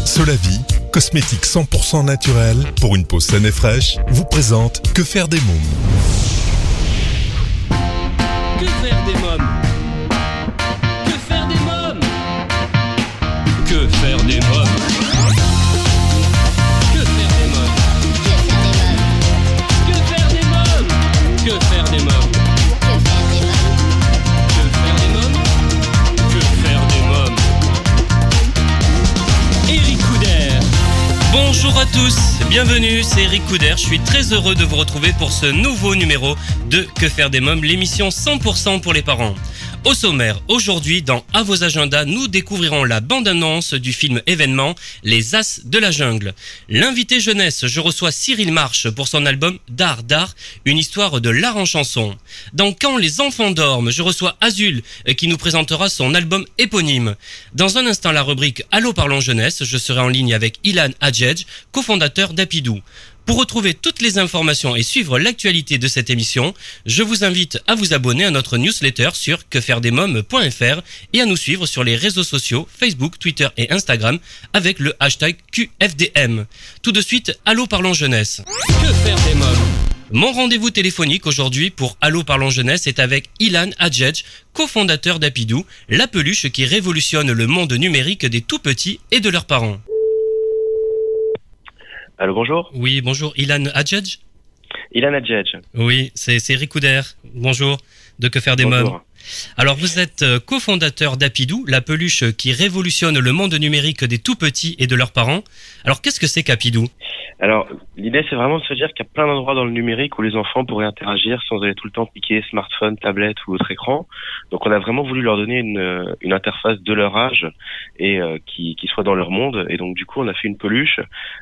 Solavi, cosmétique 100% naturel pour une peau saine et fraîche, vous présente Que faire des mômes. Que faire des mômes? Que faire des mômes? Que faire des mômes? Que faire des mômes? Que faire des mômes? Que faire des mômes? Que faire des mômes? Que faire des mômes? Eric Couder. Bonjour à tous, bienvenue, c'est Eric Couder. Je suis très heureux de vous retrouver pour ce nouveau numéro de Que faire des mômes, l'émission 100% pour les parents. Au sommaire, aujourd'hui, dans À vos agendas, nous découvrirons la bande-annonce du film événement Les As de la Jungle. L'invité jeunesse, je reçois Cyril Marche pour son album D'art, une histoire de l'art en chanson. Dans Quand les enfants dorment, je reçois Azul qui nous présentera son album éponyme. Dans un instant, la rubrique Allô parlons jeunesse, je serai en ligne avec Ilan Hadjedj, cofondateur d'Apidou. Pour retrouver toutes les informations et suivre l'actualité de cette émission, je vous invite à vous abonner à notre newsletter sur quefairedesmoms.fr et à nous suivre sur les réseaux sociaux Facebook, Twitter et Instagram avec le hashtag QFDM. Tout de suite, Allô parlons jeunesse. Que faire des mômes? Mon rendez-vous téléphonique aujourd'hui pour Allô parlons jeunesse est avec Ilan Hadjedj, cofondateur d'Apidou, la peluche qui révolutionne le monde numérique des tout-petits et de leurs parents. Allô, bonjour. Oui, bonjour, Ilan Hadjedj. Ilan Hadjedj. Oui, c'est Eric Couder. Bonjour, de Que faire des mômes. Alors, vous êtes cofondateur d'Apidou, la peluche qui révolutionne le monde numérique des tout-petits et de leurs parents. Alors, qu'est-ce que c'est qu'Apidou? Alors, l'idée, c'est vraiment de se dire qu'il y a plein d'endroits dans le numérique où les enfants pourraient interagir sans aller tout le temps piquer smartphone, tablette ou autre écran. Donc, on a vraiment voulu leur donner une interface de leur âge et qui soit dans leur monde. Et donc, du coup, on a fait une peluche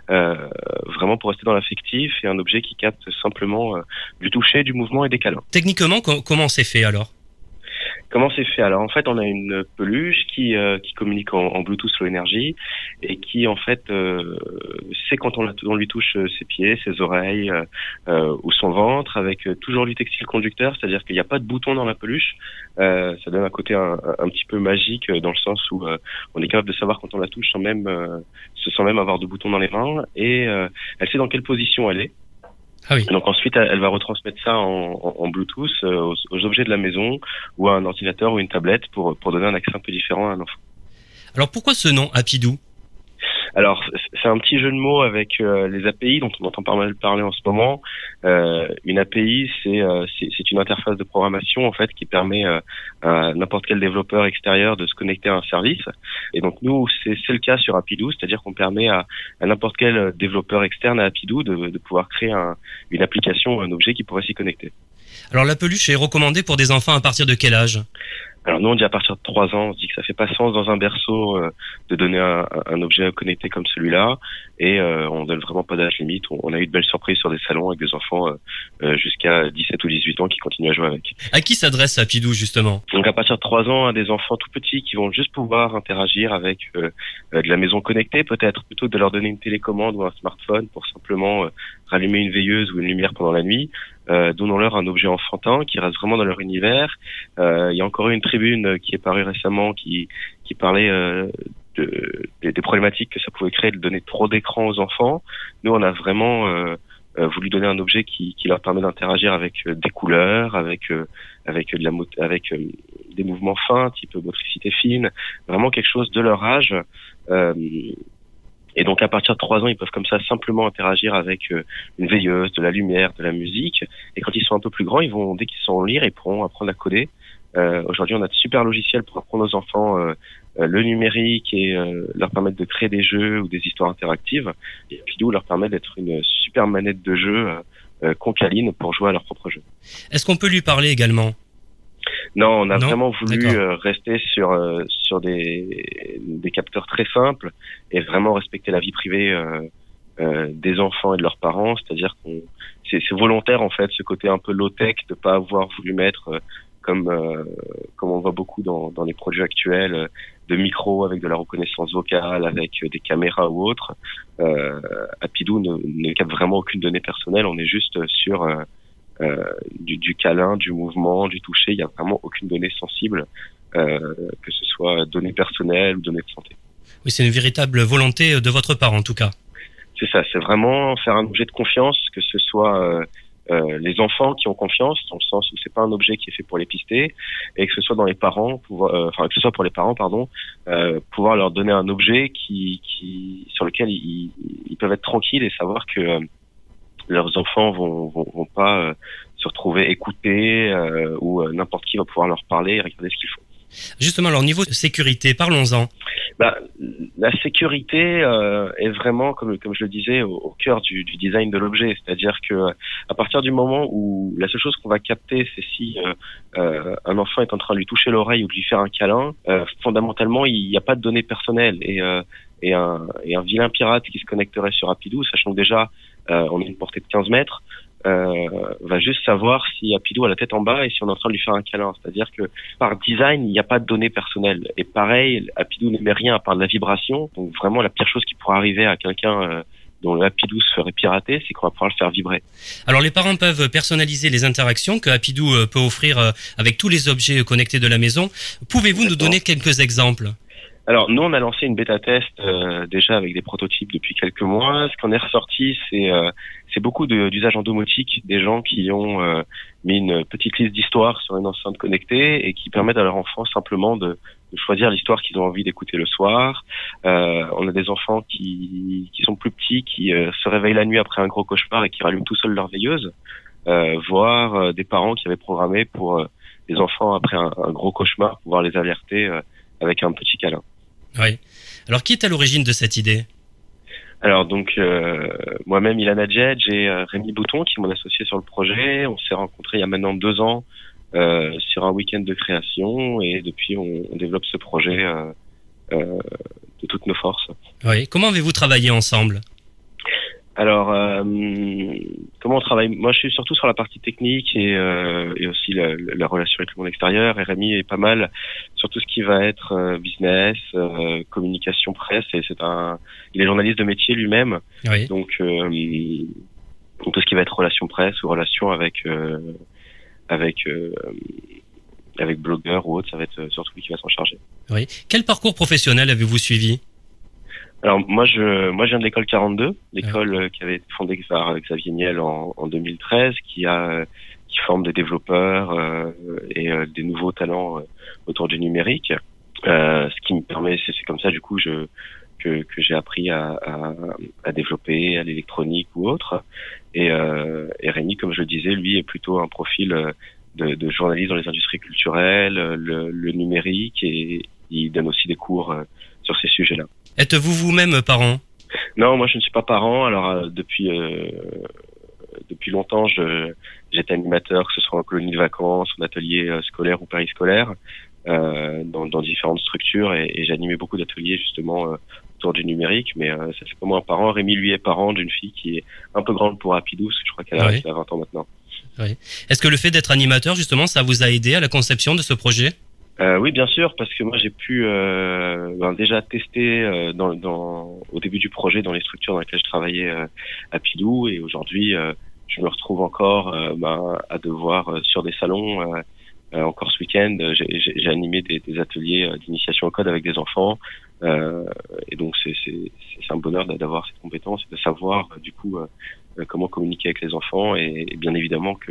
vraiment pour rester dans l'affectif et un objet qui capte simplement du toucher, du mouvement et des câlins. Techniquement, comment c'est fait alors? Comment c'est fait? Alors en fait, on a une peluche qui communique en Bluetooth Low Energy et qui en fait sait quand on lui touche ses pieds, ses oreilles ou son ventre, avec toujours du textile conducteur, c'est-à-dire qu'il n'y a pas de bouton dans la peluche. Ça donne un côté un petit peu magique dans le sens où on est capable de savoir quand on la touche sans même avoir de bouton dans les mains, et elle sait dans quelle position elle est. Ah oui. Donc ensuite, elle va retransmettre ça en Bluetooth aux objets de la maison ou à un ordinateur ou une tablette pour donner un accès un peu différent à un enfant. Alors pourquoi ce nom Apidou? Alors c'est un petit jeu de mots avec les API dont on entend pas mal parler en ce moment. Une API, c'est une interface de programmation en fait qui permet à n'importe quel développeur extérieur de se connecter à un service. Et donc nous, c'est le cas sur Apidou, c'est-à-dire qu'on permet à n'importe quel développeur externe à Apidou de pouvoir créer une application ou un objet qui pourrait s'y connecter. Alors la peluche est recommandée pour des enfants à partir de quel âge? Alors nous, on dit à partir de 3 ans, on se dit que ça fait pas sens dans un berceau de donner un objet connecté comme celui-là, et on donne vraiment pas d'âge limite. On a eu de belles surprises sur des salons avec des enfants jusqu'à 17 ou 18 ans qui continuent à jouer avec. À qui s'adresse Apidou justement? Donc à partir de 3 ans, à des enfants tout petits qui vont juste pouvoir interagir avec de la maison connectée, peut-être, plutôt que de leur donner une télécommande ou un smartphone pour simplement rallumer une veilleuse ou une lumière pendant la nuit. Donnons-leur un objet enfantin qui reste vraiment dans leur univers. Il y a encore eu une tribune qui est parue récemment qui parlait des problématiques que ça pouvait créer de donner trop d'écran aux enfants. Nous, on a vraiment voulu donner un objet qui leur permet d'interagir avec des couleurs, avec des mouvements fins, type motricité fine, vraiment quelque chose de leur âge. Et donc à partir de 3 ans, ils peuvent comme ça simplement interagir avec une veilleuse, de la lumière, de la musique. Et quand ils sont un peu plus grands, dès qu'ils sauront lire, ils pourront apprendre à coder. Aujourd'hui, on a de super logiciels pour apprendre aux enfants le numérique et leur permettre de créer des jeux ou des histoires interactives. Et Apidou leur permet d'être une super manette de jeu concaline pour jouer à leur propre jeu. Est-ce qu'on peut lui parler également? Non, on a vraiment voulu rester sur des capteurs très simples et vraiment respecter la vie privée des enfants et de leurs parents. C'est-à-dire c'est volontaire en fait, ce côté un peu low-tech de pas avoir voulu mettre comme on voit beaucoup dans les produits actuels, de micros avec de la reconnaissance vocale, avec des caméras ou autres. Apidou ne capte vraiment aucune donnée personnelle. On est juste sur du câlin, du mouvement, du toucher. Il n'y a vraiment aucune donnée sensible, que ce soit données personnelles ou données de santé. Oui, c'est une véritable volonté de votre part en tout cas. C'est ça, c'est vraiment faire un objet de confiance, que ce soit les enfants qui ont confiance, dans le sens où c'est pas un objet qui est fait pour les pister, et que ce soit dans les parents, que ce soit pour les parents, pouvoir leur donner un objet sur lequel ils peuvent être tranquilles et savoir que leurs enfants vont pas se retrouver écoutés ou n'importe qui va pouvoir leur parler et regarder ce qu'ils font. Justement, alors niveau sécurité, parlons-en. La sécurité est vraiment, comme je le disais, au cœur du design de l'objet. C'est-à-dire que à partir du moment où la seule chose qu'on va capter, c'est si un enfant est en train de lui toucher l'oreille ou de lui faire un câlin, fondamentalement, il n'y a pas de données personnelles. Et un vilain pirate qui se connecterait sur Apidou, sachant que déjà on a une portée de 15 mètres, va juste savoir si Apidou a la tête en bas et si on est en train de lui faire un câlin. C'est-à-dire que par design, il n'y a pas de données personnelles. Et pareil, Apidou n'émet rien à part de la vibration. Donc vraiment, la pire chose qui pourrait arriver à quelqu'un dont le Apidou se ferait pirater, c'est qu'on va pouvoir le faire vibrer. Alors les parents peuvent personnaliser les interactions que Apidou peut offrir avec tous les objets connectés de la maison. Pouvez-vous nous donner quelques exemples ? Alors nous, on a lancé une bêta-test déjà avec des prototypes depuis quelques mois. Ce qu'on est ressorti, c'est beaucoup d'usages en domotique, des gens qui ont mis une petite liste d'histoires sur une enceinte connectée et qui permettent à leurs enfants simplement de choisir l'histoire qu'ils ont envie d'écouter le soir. On a des enfants qui sont plus petits, qui se réveillent la nuit après un gros cauchemar et qui rallument tout seuls leur veilleuse, voire des parents qui avaient programmé pour les enfants après un gros cauchemar pouvoir les alerter avec un petit câlin. Oui. Alors, qui est à l'origine de cette idée ? Alors donc moi-même, Ilana Djedj et Rémi Bouton, qui est mon associé sur le projet, on s'est rencontrés il y a maintenant 2 ans sur un week-end de création et depuis on développe ce projet de toutes nos forces. Oui. Comment avez-vous travaillé ensemble ? Alors, comment on travaille ? Moi, je suis surtout sur la partie technique et aussi la relation avec le monde extérieur. Et Rémi est pas mal sur tout ce qui va être business, communication presse. Et il est journaliste de métier lui-même. Oui. Donc tout ce qui va être relation presse ou relation avec blogueurs ou autres, ça va être surtout lui qui va s'en charger. Oui. Quel parcours professionnel avez-vous suivi ? Alors moi je viens de l'école 42, l'école qui avait été fondée par Xavier Niel en 2013, qui forme des développeurs et des nouveaux talents autour du numérique. Ce qui me permet, c'est comme ça du coup que j'ai appris à développer à l'électronique ou autre. Et Rémi, comme je le disais, lui est plutôt un profil de journaliste dans les industries culturelles, le numérique, et il donne aussi des cours sur ces sujets-là. Êtes-vous vous-même parent ? Non, moi je ne suis pas parent. Alors depuis longtemps, j'étais animateur, que ce soit en colonie de vacances, en atelier scolaire ou périscolaire, dans différentes structures, et j'animais beaucoup d'ateliers justement autour du numérique. Mais ça fait pas moi un parent. Rémi, lui, est parent d'une fille qui est un peu grande pour Apidou, je crois qu'elle a 20 ans maintenant. Oui. Est-ce que le fait d'être animateur, justement, ça vous a aidé à la conception de ce projet ? Oui, bien sûr, parce que moi j'ai pu déjà tester au début du projet dans les structures dans lesquelles je travaillais à Apidou, et aujourd'hui je me retrouve encore à devoir sur des salons. Encore ce week-end, j'ai animé des ateliers d'initiation au code avec des enfants, et donc c'est un bonheur d'avoir cette compétence et de savoir du coup comment communiquer avec les enfants, et bien évidemment que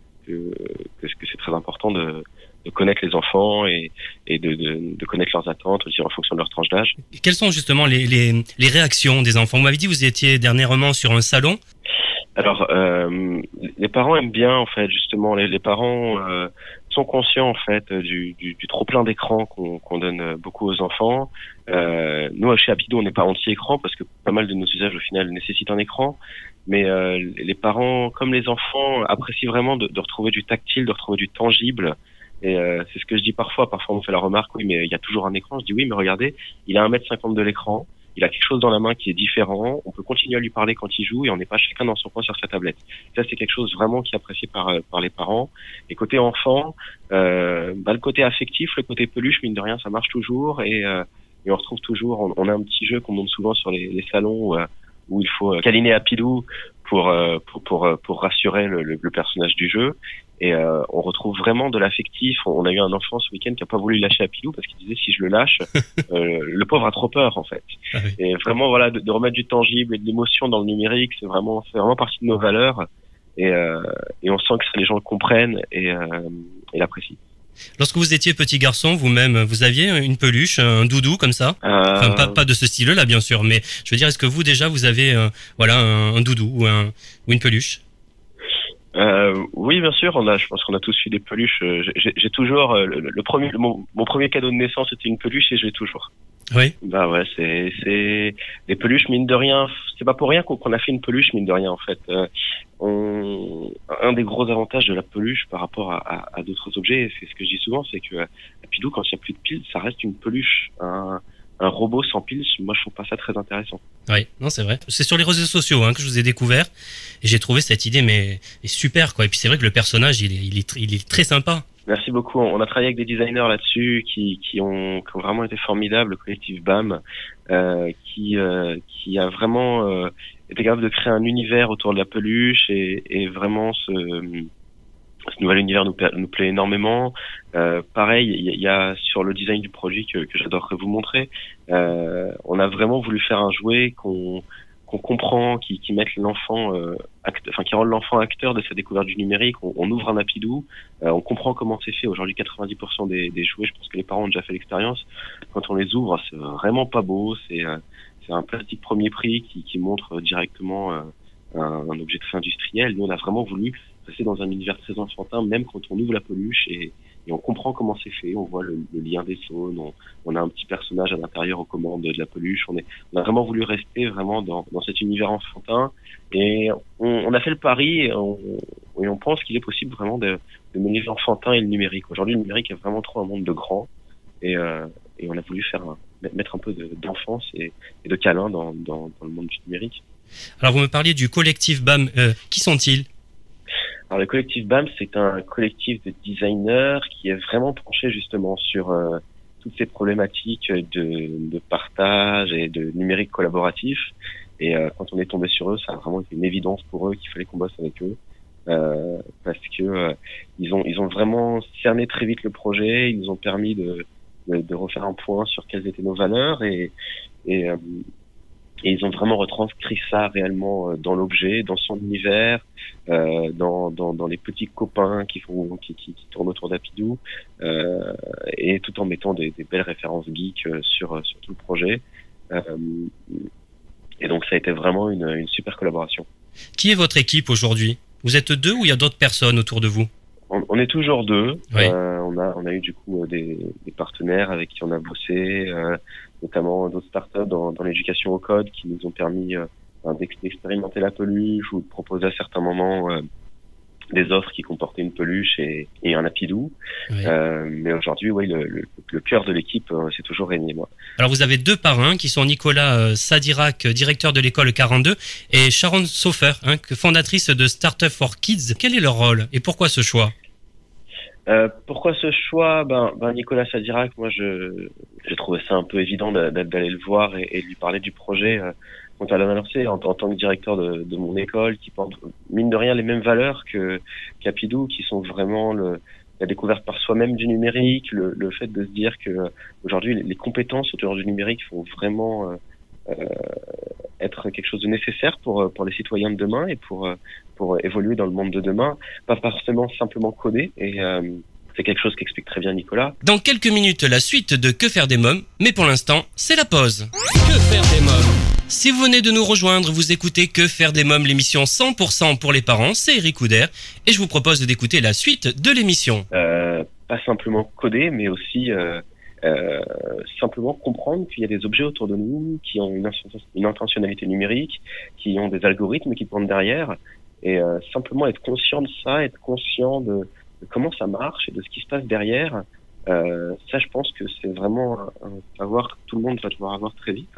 c'est très important de connaître les enfants et de connaître leurs attentes aussi en fonction de leur tranche d'âge. Quelles sont justement les réactions des enfants ? Vous m'avez dit que vous étiez dernièrement sur un salon. Alors, les parents aiment bien, en fait, justement. Les parents sont conscients, en fait, du trop plein d'écran qu'on donne beaucoup aux enfants. Nous, chez Apidou, on n'est pas anti-écran parce que pas mal de nos usages, au final, nécessitent un écran. Mais les parents, comme les enfants, apprécient vraiment de retrouver du tactile, de retrouver du tangible. Et c'est ce que je dis parfois. Parfois, on me fait la remarque, oui, mais il y a toujours un écran. Je dis oui, mais regardez, il a 1m50 de l'écran. Il a quelque chose dans la main qui est différent. On peut continuer à lui parler quand il joue et on n'est pas chacun dans son coin sur sa tablette. Ça, c'est quelque chose vraiment qui est apprécié par les parents. Et côté enfant, le côté affectif, le côté peluche, mine de rien, ça marche toujours. Et on retrouve toujours, on a un petit jeu qu'on monte souvent sur les salons où il faut câliner Apidou pour rassurer le personnage du jeu. Et on retrouve vraiment de l'affectif. On a eu un enfant ce week-end qui a pas voulu lâcher Apidou parce qu'il disait si je le lâche, le pauvre a trop peur en fait. Ah oui. Et vraiment voilà de remettre du tangible et de l'émotion dans le numérique, c'est vraiment partie de nos valeurs. Et on sent que ça, les gens le comprennent et l'apprécient. Lorsque vous étiez petit garçon, vous-même, vous aviez une peluche, un doudou comme ça? Enfin, pas de ce style-là, bien sûr, mais je veux dire, est-ce que vous déjà vous avez, un doudou ou une peluche? Oui, bien sûr. Je pense qu'on a tous eu des peluches. J'ai toujours mon premier cadeau de naissance, c'était une peluche et je l'ai toujours. Oui. Bah ouais, c'est des peluches, mine de rien. C'est pas pour rien qu'on a fait une peluche, mine de rien, en fait. Un des gros avantages de la peluche par rapport à d'autres objets, et c'est ce que je dis souvent, c'est que Apidou, quand il n'y a plus de piles, ça reste une peluche. Un robot sans piles, moi je trouve pas ça très intéressant. Oui, non, c'est vrai. C'est sur les réseaux sociaux que je vous ai découvert et j'ai trouvé cette idée mais super quoi. Et puis c'est vrai que le personnage il est très sympa. Merci beaucoup. On a travaillé avec des designers là-dessus qui ont vraiment été formidables. Le collectif BAM qui a vraiment été capable de créer un univers autour de la peluche et vraiment ce nouvel univers nous plaît énormément. Pareil, il y a sur le design du produit que j'adorerais vous montrer. On a vraiment voulu faire un jouet qu'on comprend, qui mette l'enfant, qui rend l'enfant acteur de sa découverte du numérique. On ouvre un Apidou, on comprend comment c'est fait. Aujourd'hui, 90% des jouets, je pense que les parents ont déjà fait l'expérience. Quand on les ouvre, c'est vraiment pas beau. C'est un plastique premier prix qui montre directement un objet très industriel. Nous, on a vraiment voulu rester dans un univers très enfantin, même quand on ouvre la peluche et on comprend comment c'est fait. On voit le lien des zones, on a un petit personnage à l'intérieur aux commandes de la peluche. On a vraiment voulu rester vraiment dans cet univers enfantin et on a fait le pari et on pense qu'il est possible vraiment de mêler l'enfantin et le numérique. Aujourd'hui, le numérique est vraiment trop un monde de grands et on a voulu mettre un peu d'enfance et de câlin dans le monde du numérique. Alors vous me parliez du collectif BAM, qui sont-ils? Alors le collectif BAM, c'est un collectif de designers qui est vraiment penché justement sur toutes ces problématiques de partage et de numérique collaboratif. Et quand on est tombé sur eux, ça a vraiment été une évidence pour eux qu'il fallait qu'on bosse avec eux. Parce que ils ont vraiment cerné très vite le projet, ils nous ont permis de refaire un point sur quelles étaient nos valeurs et ils ont vraiment retranscrit ça réellement dans l'objet, dans son univers, dans les petits copains qui tournent autour d'Apidou, et tout en mettant des belles références geeks sur tout le projet. Et donc ça a été vraiment une super collaboration. Qui est votre équipe aujourd'hui? Vous êtes deux ou il y a d'autres personnes autour de vous? On est toujours deux. Oui. On a eu du coup des partenaires avec qui on a bossé, notamment d'autres startups dans l'éducation au code qui nous ont permis d'expérimenter la peluche ou de proposer à certains moments des offres qui comportaient une peluche et un Apidou. Oui. Mais aujourd'hui, oui, le cœur de l'équipe, c'est toujours Rémi et moi. Alors vous avez deux parrains qui sont Nicolas Sadirac, directeur de l'école 42, et Sharon Sofer, fondatrice de Startup for Kids. Quel est leur rôle et pourquoi ce choix? Pourquoi ce choix? Nicolas Sadirac, moi j'ai trouvé ça un peu évident d'aller le voir et de lui parler du projet quand elle l'a lancé en tant que directeur de mon école, qui porte mine de rien les mêmes valeurs qu'Apidou, qui sont vraiment la découverte par soi-même du numérique, le fait de se dire que aujourd'hui les compétences autour du numérique vont vraiment être quelque chose de nécessaire pour les citoyens de demain et pour évoluer dans le monde de demain, pas forcément simplement coder. Et c'est quelque chose qu'explique très bien Nicolas. Dans quelques minutes, la suite de Que faire des mômes, mais pour l'instant, c'est la pause. Que faire des mômes? Si vous venez de nous rejoindre, vous écoutez Que faire des mômes, l'émission 100% pour les parents, c'est Eric Couder, et je vous propose d'écouter la suite de l'émission. Pas simplement coder, mais aussi simplement comprendre qu'il y a des objets autour de nous qui ont une intentionnalité numérique, qui ont des algorithmes qui tournent derrière, et simplement être conscient de ça, être conscient de comment ça marche et de ce qui se passe derrière. Ça, je pense que c'est vraiment un savoir que tout le monde va devoir avoir très vite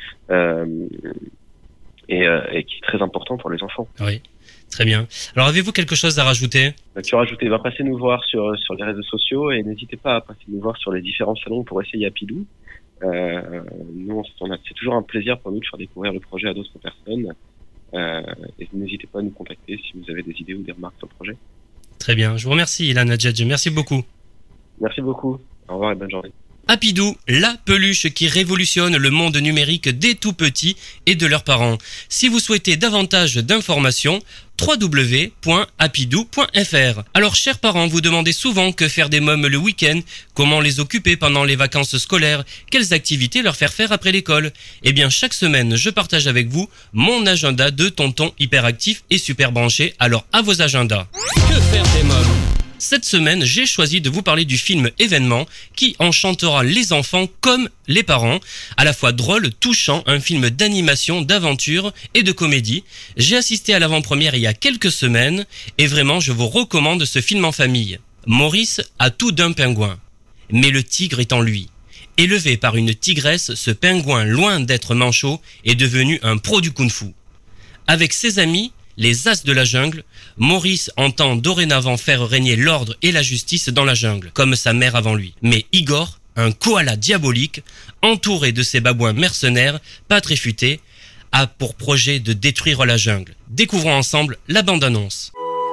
et qui est très important pour les enfants. Oui, très bien. Alors, avez-vous quelque chose à rajouter? Passez nous voir sur les réseaux sociaux et n'hésitez pas à passer nous voir sur les différents salons pour essayer Apidou. Nous, c'est toujours un plaisir pour nous de faire découvrir le projet à d'autres personnes. Et n'hésitez pas à nous contacter si vous avez des idées ou des remarques sur le projet. Très bien, je vous remercie Ilan Hadjadj, merci beaucoup. Merci beaucoup, au revoir et bonne journée. Happydoo, la peluche qui révolutionne le monde numérique des tout petits et de leurs parents. Si vous souhaitez davantage d'informations, www.happydoo.fr. Alors, chers parents, vous demandez souvent que faire des mômes le week-end, comment les occuper pendant les vacances scolaires, quelles activités leur faire après l'école. Eh bien, chaque semaine, je partage avec vous mon agenda de tonton hyperactif et super branché. Alors, à vos agendas. Que faire des mômes ? Cette semaine, j'ai choisi de vous parler du film Événement qui enchantera les enfants comme les parents. À la fois drôle, touchant, un film d'animation, d'aventure et de comédie. J'ai assisté à l'avant-première il y a quelques semaines et vraiment je vous recommande ce film en famille. Maurice a tout d'un pingouin, mais le tigre est en lui. Élevé par une tigresse, ce pingouin, loin d'être manchot, est devenu un pro du kung-fu. Avec ses amis, les As de la jungle, Maurice entend dorénavant faire régner l'ordre et la justice dans la jungle, comme sa mère avant lui. Mais Igor, un koala diabolique, entouré de ses babouins mercenaires, pas très futés, a pour projet de détruire la jungle. Découvrons ensemble la bande-annonce.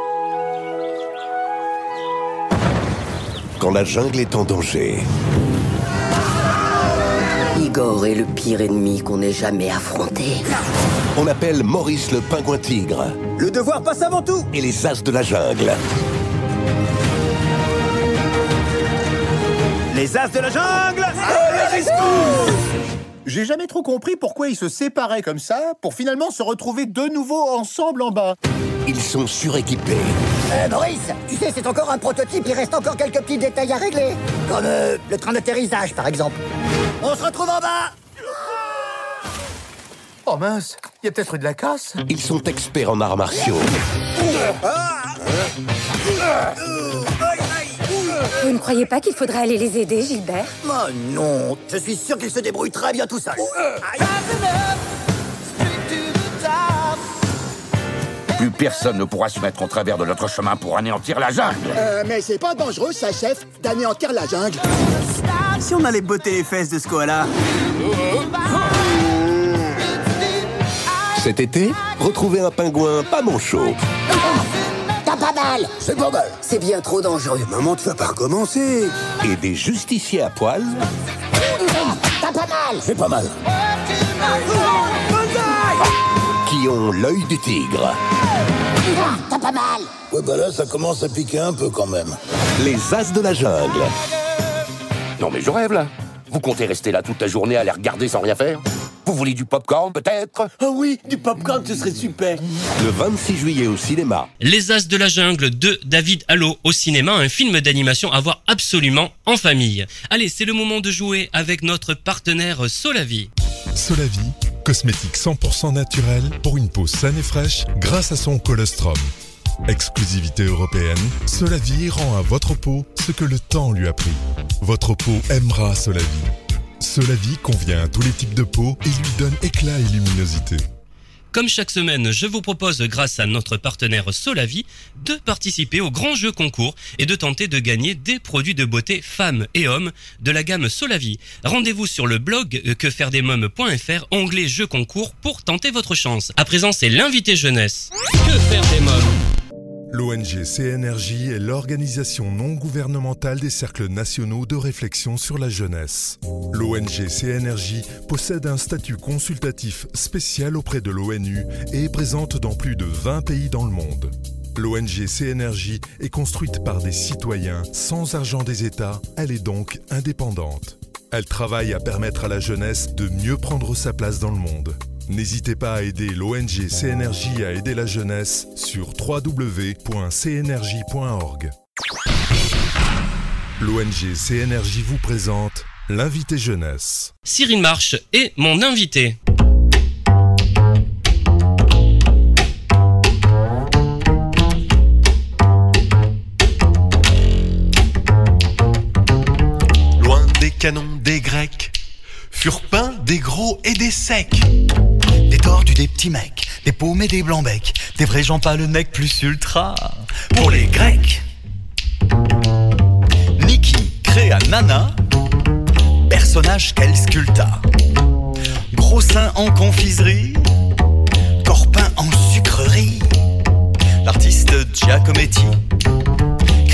Quand la jungle est en danger, Igor est le pire ennemi qu'on ait jamais affronté. on appelle Maurice le pingouin tigre Le devoir passe avant tout. et les As de la jungle. Les As de la jungle. J'ai jamais trop compris pourquoi ils se séparaient comme ça pour finalement se retrouver de nouveau ensemble en bas. Ils sont suréquipés. Maurice, tu sais, c'est encore un prototype, il reste encore quelques petits détails à régler. Comme le train d'atterrissage, par exemple. On se retrouve en bas. Oh mince, il y a peut-être eu de la casse. Ils sont experts en arts martiaux. Vous ne croyez pas qu'il faudrait aller les aider, Gilbert? Oh non, je suis sûr qu'ils se débrouillent très bien tout seuls. Plus personne ne pourra se mettre en travers de notre chemin pour anéantir la jungle. Mais c'est pas dangereux, ça, chef, d'anéantir la jungle. Si on allait botter les fesses de ce koala. Cet été, retrouvez un pingouin pas manchot. T'as pas mal. C'est pas mal. C'est bien trop dangereux. Maman, tu vas pas recommencer. Et des justiciers à poil T'as pas mal. C'est pas mal. qui ont l'œil du tigre. T'as pas mal. Ouais, bah là, ça commence à piquer un peu quand même. Les As de la jungle. Non mais je rêve là. Vous comptez rester là toute la journée à les regarder sans rien faire? Vous voulez du popcorn peut-être? Ah oui, du popcorn, ce serait super. Le 26 juillet au cinéma. Les As de la jungle de David Allo au cinéma, un film d'animation à voir absolument en famille. Allez, c'est le moment de jouer avec notre partenaire Solavi. Solavi, cosmétique 100% naturel pour une peau saine et fraîche grâce à son colostrum. Exclusivité européenne, Solavi rend à votre peau ce que le temps lui a pris. Votre peau aimera Solavi. Solavi convient à tous les types de peau et lui donne éclat et luminosité. Comme chaque semaine, je vous propose, grâce à notre partenaire Solavi, de participer au grand jeu concours et de tenter de gagner des produits de beauté femmes et hommes de la gamme Solavi. Rendez-vous sur le blog quefairedesmoms.fr, onglet jeu concours pour tenter votre chance. À présent, c'est l'invité jeunesse. Que faire des mômes ? L'ONG CNRJ est l'organisation non gouvernementale des cercles nationaux de réflexion sur la jeunesse. L'ONG CNRJ possède un statut consultatif spécial auprès de l'ONU et est présente dans plus de 20 pays dans le monde. L'ONG CNRJ est construite par des citoyens sans argent des États, elle est donc indépendante. Elle travaille à permettre à la jeunesse de mieux prendre sa place dans le monde. N'hésitez pas à aider l'ONG CNRJ à aider la jeunesse sur www.cnrj.org. L'ONG CNRJ vous présente l'invité jeunesse. Cyril Marche est mon invité. Loin des canons des Grecs, furent peints des gros et des secs. Des tordus, des petits mecs, des paumés, des blancs becs, des vrais gens pas le nec plus ultra. Pour les Grecs, Niki créa Nana, personnage qu'elle sculpta. Gros sein en confiserie, corps peint en sucrerie. L'artiste Giacometti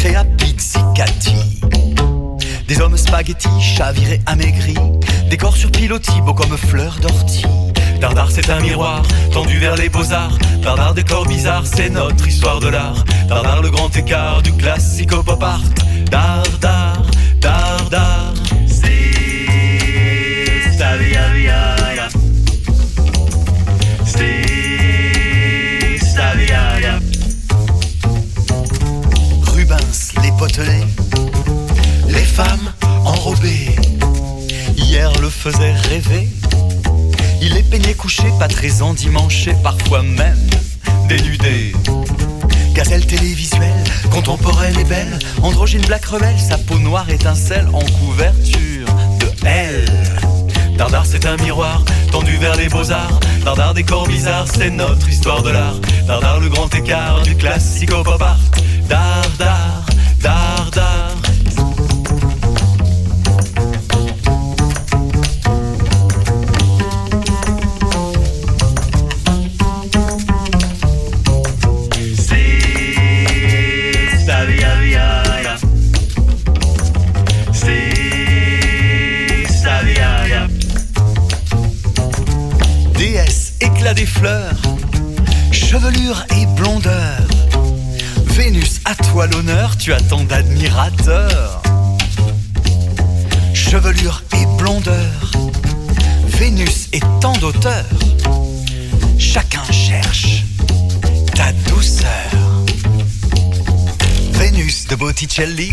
Ikea Pizzicati. Des hommes spaghettis, chavirés, amaigris, des corps sur pilotis, beaux comme fleurs d'ortie. Dardar c'est un miroir, tendu vers les beaux-arts. Dardar des corps bizarres, c'est notre histoire de l'art. Dardar le grand écart du classique au pop art. Dardar, Dardar, c'est sa via via. C'est sa via via. Rubens, les potelets, les femmes enrobées. Hier le faisait rêver. Il est peigné couché, pas très endimanché, parfois même dénudé. Gazelle télévisuelle, contemporaine et belle, androgyne black rebelle, sa peau noire étincelle en couverture de elle. Dardar c'est un miroir, tendu vers les beaux-arts. Dardar des corps bizarres, c'est notre histoire de l'art. Dardar le grand écart du classique au pop art. Dardar, Dardar. Éclat des fleurs, chevelure et blondeur. Vénus, à toi l'honneur, tu as tant d'admirateurs. Chevelure et blondeur, Vénus et tant d'auteurs. Chacun cherche ta douceur. Vénus de Botticelli,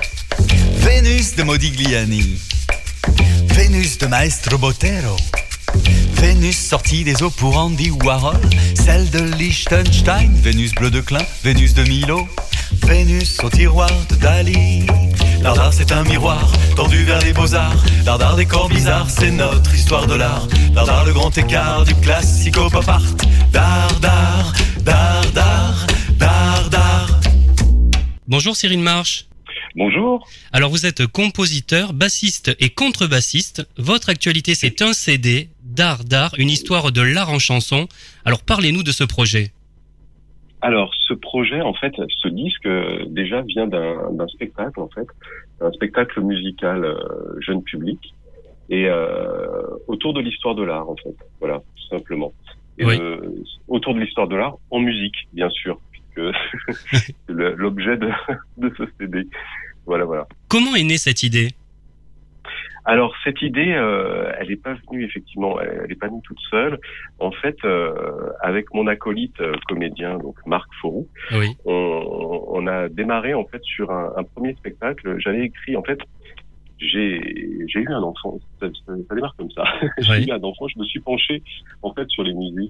Vénus de Modigliani, Vénus de Maestro Botero, Vénus sortie des eaux pour Andy Warhol, celle de Liechtenstein, Vénus bleu de Klein, Vénus de Milo, Vénus au tiroir de Dali. Dardar c'est un miroir, tendu vers les beaux-arts. Dardar des corps bizarres, c'est notre histoire de l'art. Dardar le grand écart du classique au pop art. Dardar, Dardar, Dardar. Bonjour Cyril Marche. Bonjour. Alors vous êtes compositeur, bassiste et contrebassiste. Votre actualité c'est un CD, Dardar, une histoire de l'art en chanson. Alors parlez-nous de ce projet. Alors ce projet, en fait, ce disque déjà vient d'un spectacle, en fait, un spectacle musical jeune public et autour de l'histoire de l'art, en fait, voilà, tout simplement. Et oui. Autour de l'histoire de l'art en musique, bien sûr, puisque c'est l'objet de ce CD. Voilà. Comment est née cette idée ? Alors cette idée, elle n'est pas venue effectivement, elle n'est pas venue toute seule. En fait, avec mon acolyte comédien, donc Marc Fauroux, oui. on a démarré en fait sur un premier spectacle. J'avais écrit en fait, j'ai eu un enfant, ça démarre comme ça. J'ai eu un enfant, je me suis penché en fait sur les musiques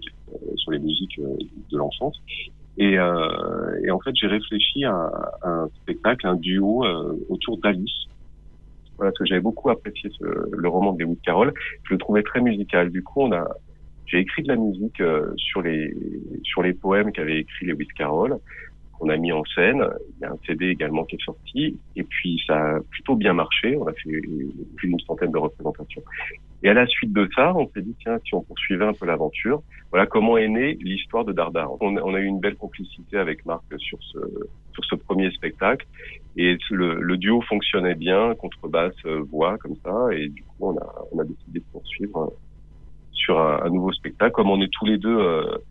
de l'enfance. Et en fait, j'ai réfléchi à un spectacle, un duo autour d'Alice. Voilà, parce que j'avais beaucoup apprécié le roman de Lewis Carroll. Je le trouvais très musical. Du coup, j'ai écrit de la musique sur les poèmes qu'avait écrit Lewis Carroll, qu'on a mis en scène. Il y a un CD également qui est sorti. Et puis, ça a plutôt bien marché. On a fait plus d'une centaine de représentations. Et à la suite de ça, on s'est dit, tiens, si on poursuivait un peu l'aventure, voilà comment est née l'histoire de Dardar. On a eu une belle complicité avec Marc sur ce premier spectacle. Et le duo fonctionnait bien, contrebasse, voix, comme ça. Et du coup, on a décidé de poursuivre sur un nouveau spectacle. Comme on est tous les deux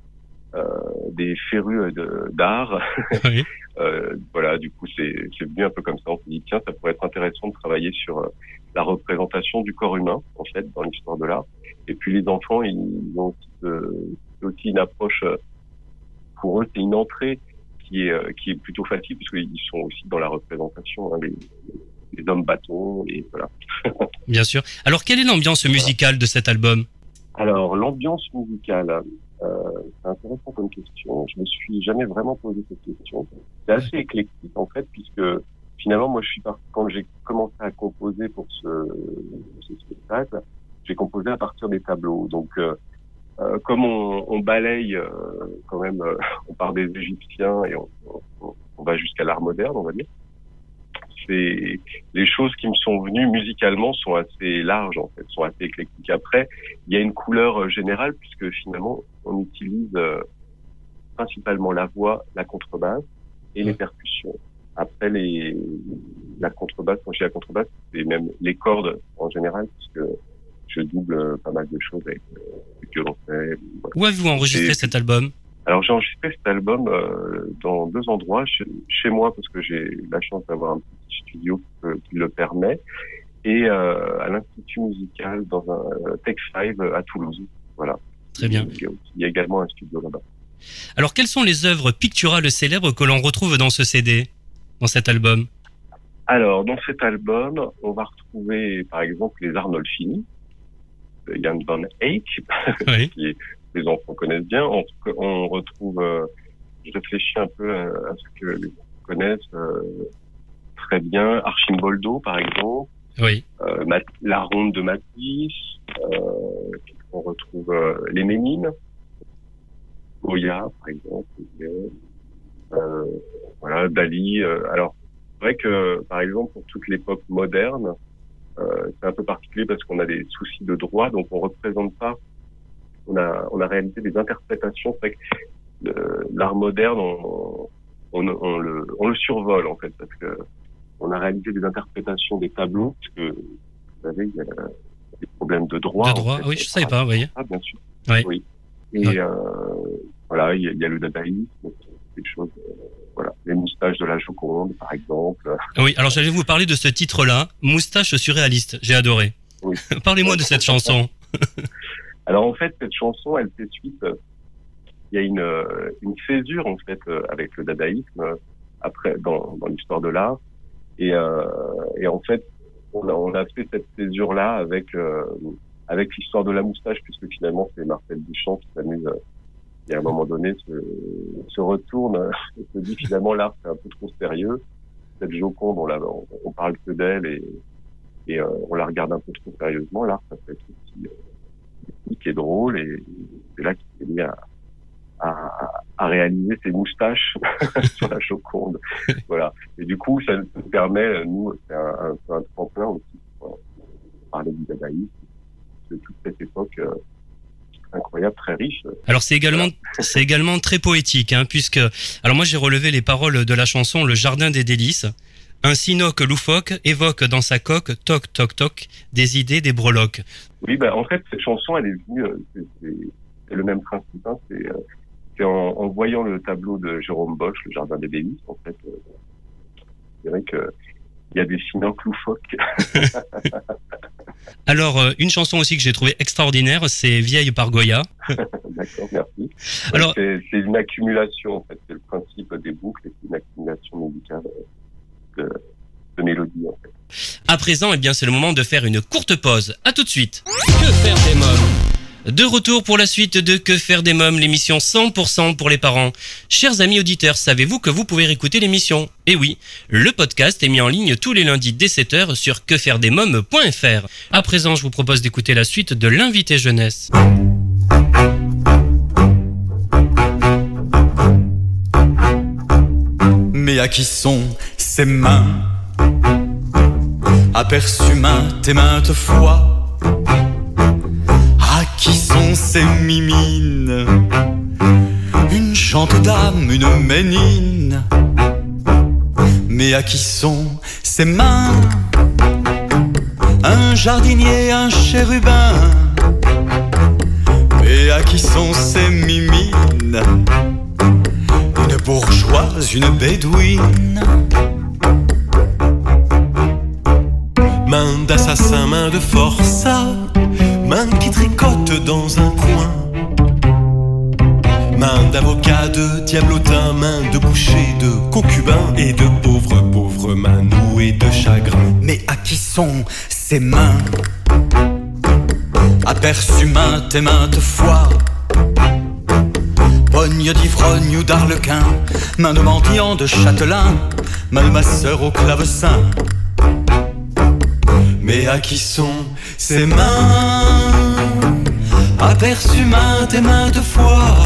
des férus d'art, oui. Voilà, du coup, c'est venu un peu comme ça. On s'est dit, tiens, ça pourrait être intéressant de travailler sur la représentation du corps humain, en fait, dans l'histoire de l'art. Et puis les enfants, ils ont aussi une approche, pour eux, c'est une entrée qui est plutôt facile, puisqu'ils sont aussi dans la représentation, hein, les hommes bâtons, et voilà. Bien sûr. Alors, quelle est l'ambiance musicale de cet album ? Alors, l'ambiance musicale, c'est intéressant comme question. Je me suis jamais vraiment posé cette question. C'est assez éclectique, en fait, puisque finalement, moi, quand j'ai commencé à composer pour ce spectacle, j'ai composé à partir des tableaux. Donc, comme on balaye quand même, on part des Égyptiens et on va jusqu'à l'art moderne, on va dire. Les choses qui me sont venues musicalement sont assez larges, en fait, sont assez éclectiques. Après, il y a une couleur générale puisque finalement, on utilise principalement la voix, la contrebasse et les percussions. Après la contrebasse, quand je dis la contrebasse, c'est même les cordes en général, puisque je double pas mal de choses avec le violoncelle. Voilà. Où avez-vous enregistré cet album ? Alors j'ai enregistré cet album dans 2 endroits, chez moi parce que j'ai la chance d'avoir un petit studio qui le permet, et à l'Institut musical dans un Tech 5 à Toulouse. Voilà. Très bien. Il y a également un studio là-bas. Alors quelles sont les œuvres picturales célèbres que l'on retrouve dans ce CD, dans cet album ? Alors dans cet album, on va retrouver par exemple les Arnolfini, Jan van Eyck, oui. qui les enfants connaissent bien. On retrouve, je réfléchis un peu à ce que les enfants connaissent très bien, Archimboldo par exemple, oui. La Ronde de Matisse, on retrouve les Ménines, Goya par exemple, voilà, Dali. Alors c'est vrai que par exemple pour toute l'époque moderne, c'est un peu particulier parce qu'on a des soucis de droit, donc on représente pas. On a réalisé des interprétations. C'est vrai que l'art moderne, on le survole en fait, parce que on a réalisé des interprétations des tableaux, parce que vous savez, il y a des problèmes de droit. De droit, en fait, oui, je savais pas, vous voyez. Ah, bien sûr. Oui. Oui. Et voilà, il y a le dadaïsme, des choses. Voilà, les moustaches de la Joconde, par exemple. Oui, alors j'allais vous parler de ce titre-là, Moustache surréaliste. J'ai adoré. Oui. Parlez-moi de cette chanson. Alors en fait, cette chanson, elle fait suite. Il y a une césure en fait avec le dadaïsme après dans l'histoire de l'art, et en fait, on a fait cette césure-là avec l'histoire de la moustache, puisque finalement c'est Marcel Duchamp qui s'amuse. Et à un moment donné, se retourne et se dit finalement l'art c'est un peu trop sérieux. Cette Joconde, on parle que d'elle et on la regarde un peu trop sérieusement. L'art, ça peut être aussi qui est drôle, et c'est là qu'il s'est mis à réaliser ses moustaches sur la Joconde. Voilà. Et du coup, ça nous permet, nous, c'est un tremplin aussi pour parler du dadaïsme, de toute cette époque. Incroyable, très riche. Alors c'est également très poétique, hein, puisque alors moi j'ai relevé les paroles de la chanson Le Jardin des Délices. Un sinoc loufoque évoque dans sa coque toc toc toc des idées, des breloques. Oui, en fait cette chanson elle est venue, c'est le même principe. Hein, c'est en voyant le tableau de Jérôme Bosch, Le Jardin des Délices, en fait, c'est vrai que il y a des sinocs loufoques. Alors, une chanson aussi que j'ai trouvée extraordinaire, c'est Vieille par Goya. D'accord, merci. Alors, c'est une accumulation, en fait. C'est le principe des boucles, c'est une accumulation musicale de mélodies, en fait. À présent, eh bien, c'est le moment de faire une courte pause. À tout de suite. Que faire des mômes ? De retour pour la suite de Que faire des mômes, l'émission 100% pour les parents. Chers amis auditeurs, savez-vous que vous pouvez écouter l'émission ? Eh oui, le podcast est mis en ligne tous les lundis dès 7h sur quefairedesmômes.fr. À présent, je vous propose d'écouter la suite de l'invité jeunesse. Mais à qui sont ces mains, aperçues maintes et maintes fois? À qui sont ces mimines, une chante d'âme, une ménine? Mais à qui sont ces mains, un jardinier, un chérubin? Mais à qui sont ces mimines, une bourgeoise, une bédouine? Main d'assassin, main de forçat, main qui tricote dans un coin. Main d'avocat, de diablotin, main de boucher, de concubin, et de pauvres mains nouées de chagrin. Mais à qui sont ces mains, aperçues maintes et maintes fois? Pogne d'ivrogne ou d'arlequin, main de mendiant, de châtelain, main de masseur au clavecin. Mais à qui sont ces mains, aperçues maintes et maintes fois?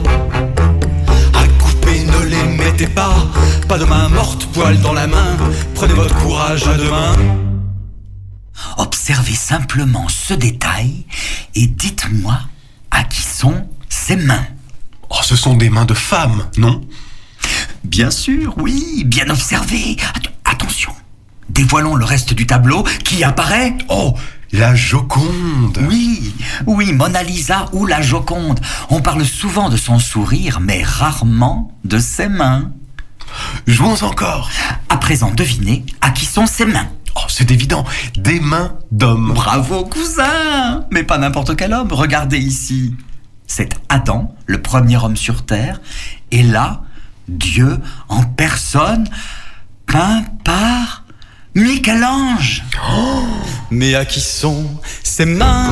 À couper, ne les mettez pas de main morte, poil dans la main. Prenez votre courage à deux mains. Observez simplement ce détail et dites-moi à qui sont ces mains. Oh, ce sont des mains de femmes, non ? Bien sûr, oui, bien observé. Attention, dévoilons le reste du tableau qui apparaît. Oh, la Joconde. Oui, Mona Lisa ou la Joconde. On parle souvent de son sourire, mais rarement de ses mains. Jouons encore. À présent, devinez à qui sont ses mains. Oh, c'est évident, des mains d'homme. Bravo, cousin. Mais pas n'importe quel homme, regardez ici. C'est Adam, le premier homme sur Terre, et là, Dieu en personne, peint par Michel-Ange. Oh, mais à qui sont ces mains?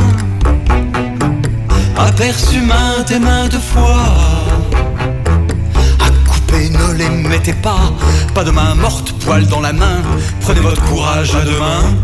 Aperçu maintes et maintes fois. À couper, ne les mettez pas. Pas de main morte, poil dans la main. Prenez votre courage à deux mains.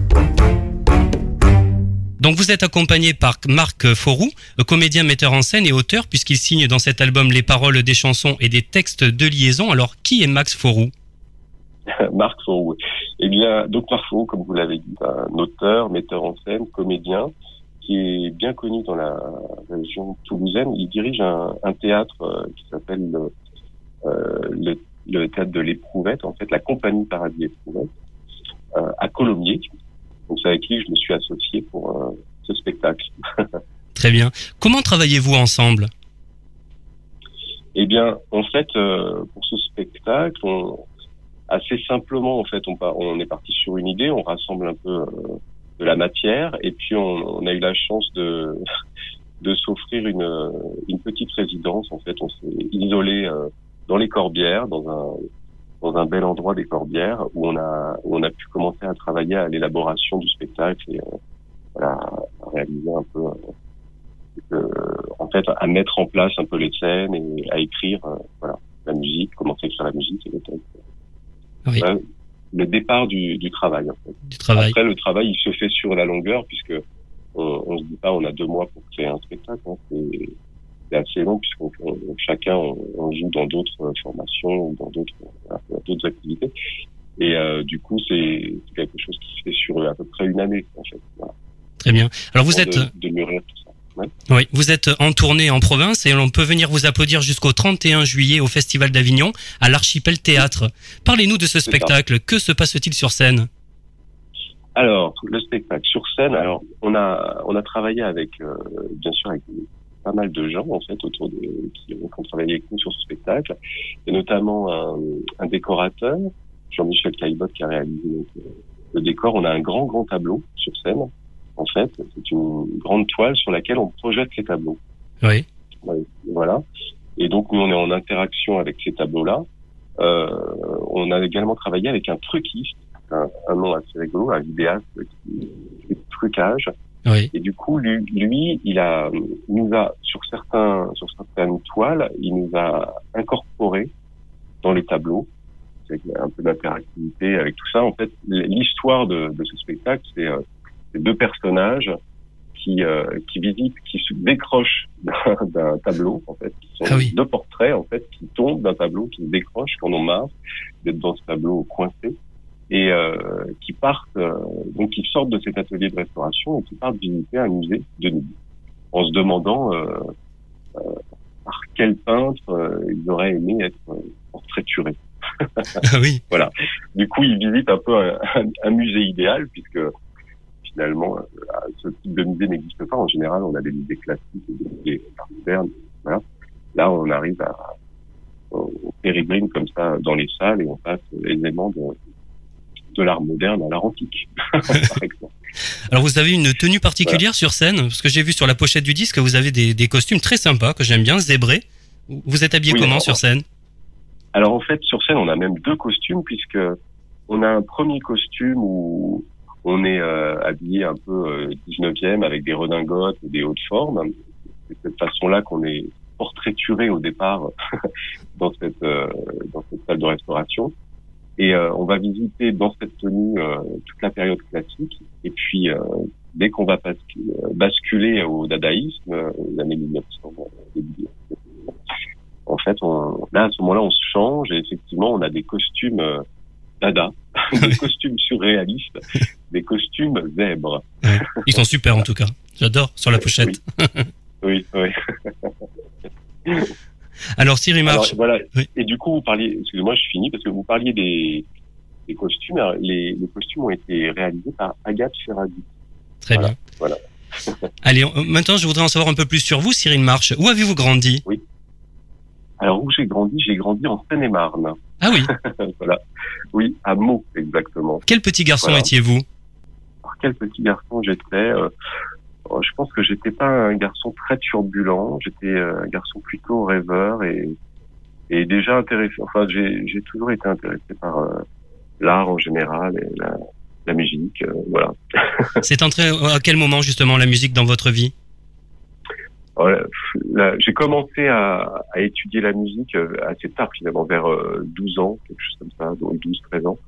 Donc vous êtes accompagné par Marc Fourroux, comédien, metteur en scène et auteur, puisqu'il signe dans cet album les paroles des chansons et des textes de liaison. Alors, qui est Max Fourroux? Marc Fourroux. Eh bien, donc Marc Fourroux, comme vous l'avez dit, un auteur, metteur en scène, comédien, qui est bien connu dans la région toulousaine. Il dirige un théâtre qui s'appelle le théâtre de l'Éprouvette, en fait, la compagnie Paradis Éprouvette, à Colomiers. Donc c'est avec qui je me suis associé pour ce spectacle. Très bien. Comment travaillez-vous ensemble? Eh bien, en fait, pour ce spectacle, assez simplement, en fait, on est parti sur une idée, on rassemble un peu de la matière, et puis on a eu la chance de s'offrir une petite résidence. En fait, on s'est isolé dans les Corbières, dans un bel endroit des Corbières, où on a pu commencer à travailler à l'élaboration du spectacle et à réaliser un peu, en fait, à mettre en place un peu les scènes et à écrire, la musique, commencer à écrire la musique et le texte. Oui. Le départ du travail, en fait. Du travail. Après, le travail, il se fait sur la longueur, puisque on se dit pas, on a 2 mois pour créer un spectacle, hein. C'est assez long, puisqu'on chacun on joue dans d'autres formations ou dans d'autres activités. Et du coup, c'est quelque chose qui se fait sur à peu près une année, en fait. Voilà. Très bien. Alors vous êtes de mûrir tout ça. Ouais. Oui, vous êtes en tournée en province et on peut venir vous applaudir jusqu'au 31 juillet au Festival d'Avignon à l'Archipel Théâtre. Parlez-nous de ce spectacle. Que se passe-t-il sur scène? Alors, le spectacle sur scène, alors on a travaillé avec bien sûr avec pas mal de gens en fait qui ont travaillé avec nous sur ce spectacle, et notamment un décorateur, Jean-Michel Caillebotte, qui a réalisé le décor. On a un grand tableau sur scène. En fait, c'est une grande toile sur laquelle on projette les tableaux. Oui. Voilà. Et donc, nous, on est en interaction avec ces tableaux-là. On a également travaillé avec un truquiste, un nom assez rigolo, un vidéaste qui fait du trucage. Oui. Et du coup, lui, il nous a, sur certaines toiles, il nous a incorporé dans les tableaux. C'est un peu d'interactivité avec tout ça. En fait, l'histoire de ce spectacle, c'est 2 personnages qui visitent, qui se décrochent d'un tableau, en fait, qui sont 2 portraits, en fait, qui tombent d'un tableau, qui se décrochent, qui en ont marre d'être dans ce tableau coincé, et qui partent, donc qui sortent de cet atelier de restauration et qui partent visiter un musée de Nîmes, en se demandant par quel peintre ils auraient aimé être portraiturés. Oui. Voilà. Du coup, ils visitent un peu un musée idéal, puisque finalement, ce type de musée n'existe pas. En général, on a des musées classiques, des musées modernes. Voilà. Là, on arrive on pérégrine comme ça dans les salles et on passe aisément de l'art moderne à l'art antique, par exemple. Alors, vous avez une tenue particulière sur scène, parce que j'ai vu sur la pochette du disque, vous avez des costumes très sympas que j'aime bien, zébrés. Vous êtes habillé comment sur scène? Alors, en fait, sur scène, on a même 2 costumes, puisque on a un premier costume où on est habillé un peu 19e avec des redingotes et des hautes formes. C'est de cette façon-là qu'on est portraituré au départ dans cette salle de restauration. Et on va visiter dans cette tenue toute la période classique. Et puis, dès qu'on va basculer au dadaïsme, aux années 1900, en fait, à ce moment-là, on se change et effectivement, on a des costumes dada, des costumes surréalistes, des costumes zèbres. Ouais. Ils sont super en tout cas. J'adore sur la pochette. Oui. Alors Cyril Marche. Alors, voilà. Oui. Et du coup, vous parliez, excusez-moi, je finis parce que vous parliez des costumes. Alors, les costumes ont été réalisés par Agathe Ferradi. Très bien. Voilà. Allez, maintenant je voudrais en savoir un peu plus sur vous, Cyril Marche. Où avez-vous grandi ? Oui. Alors où j'ai grandi en Seine-et-Marne. Ah oui. Voilà. Oui, à Meaux exactement. Quel petit garçon étiez-vous ? Alors, quel petit garçon j'étais je pense que j'étais pas un garçon très turbulent. J'étais un garçon plutôt rêveur et déjà intéressé. Enfin, j'ai toujours été intéressé par l'art en général et la musique. Voilà. C'est entré à quel moment justement la musique dans votre vie ? J'ai commencé à étudier la musique assez tard, finalement, vers 12 ans, quelque chose comme ça, donc 12-13 ans.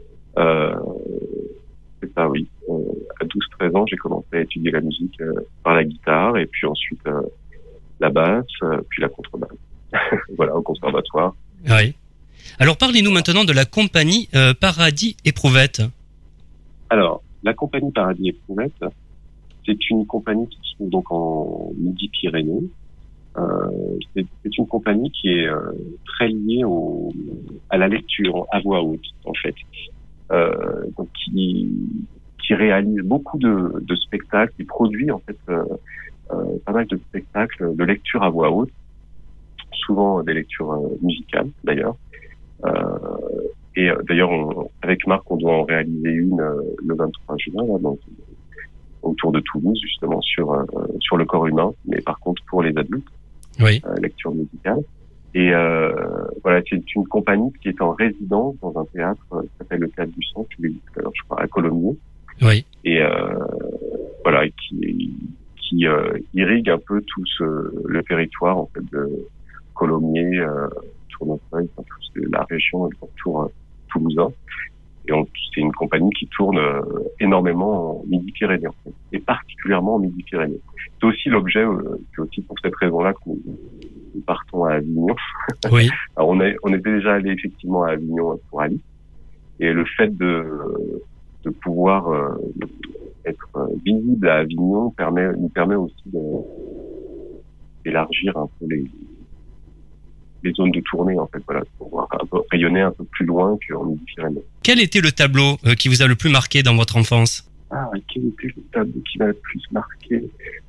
C'est ça, oui. À 12-13 ans, j'ai commencé à étudier la musique par la guitare, et puis ensuite la basse, puis la contrebasse. Voilà, au conservatoire. Oui. Alors, parlez-nous maintenant de la compagnie Paradis Éprouvette. Alors, la compagnie Paradis Éprouvette, c'est une compagnie qui se trouve donc en Midi-Pyrénées. C'est une compagnie qui est très liée à la lecture à voix haute, en fait. Donc qui réalise beaucoup de spectacles, qui produit en fait pas mal de spectacles de lecture à voix haute, souvent des lectures musicales d'ailleurs. Et d'ailleurs, avec Marc, on doit en réaliser une le 23 juin, là, donc, autour de Toulouse, justement, sur le corps humain, mais par contre pour les adultes, oui. Lecture musicale. Et voilà, c'est une compagnie qui est en résidence dans un théâtre qui s'appelle le Théâtre du Centre, je crois, à Colomiers. Oui. Et voilà, qui irrigue un peu tout le territoire en fait de Colomiers, Tournefeuille, enfin, toute la région et le pourtour toulousain. Et c'est une compagnie qui tourne énormément en Midi-Pyrénées, en fait, et particulièrement en Midi-Pyrénées. C'est aussi l'objet, c'est aussi pour cette raison-là que nous partons à Avignon. Oui. Alors on était déjà allé effectivement à Avignon pour Alice, et le fait de pouvoir être visible à Avignon nous permet aussi d'élargir un peu les zones de tournée, en fait, voilà, pour pouvoir un peu rayonner un peu plus loin qu'en Midi-Pyrénées. Quel était le tableau qui vous a le plus marqué dans votre enfance ? Ah, quel était le tableau qui m'a le plus marqué ?